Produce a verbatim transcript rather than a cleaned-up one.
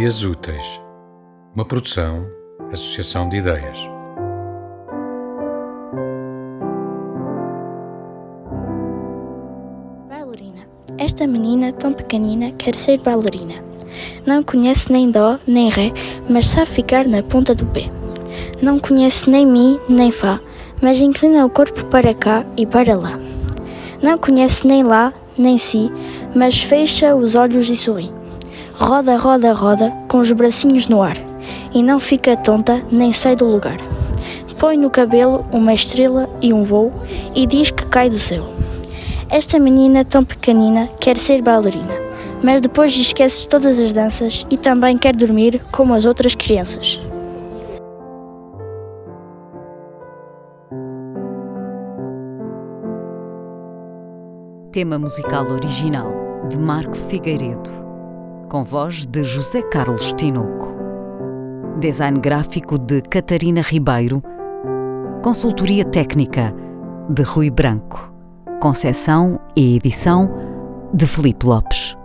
Dias Úteis, uma produção, associação de ideias. Bailarina. Esta menina tão pequenina quer ser bailarina. Não conhece nem dó nem ré, mas sabe ficar na ponta do pé. Não conhece nem mi nem fá, mas inclina o corpo para cá e para lá. Não conhece nem lá nem si, mas fecha os olhos e sorri. Roda, roda, roda, com os bracinhos no ar, e não fica tonta nem sai do lugar. Põe no cabelo uma estrela e um voo, e diz que cai do céu. Esta menina tão pequenina quer ser bailarina, mas depois esquece todas as danças e também quer dormir como as outras crianças. Tema musical original de Marco Figueiredo, com voz de José Carlos Tinoco. Design gráfico de Catarina Ribeiro. Consultoria técnica de Rui Branco. Conceção e edição de Filipe Lopes.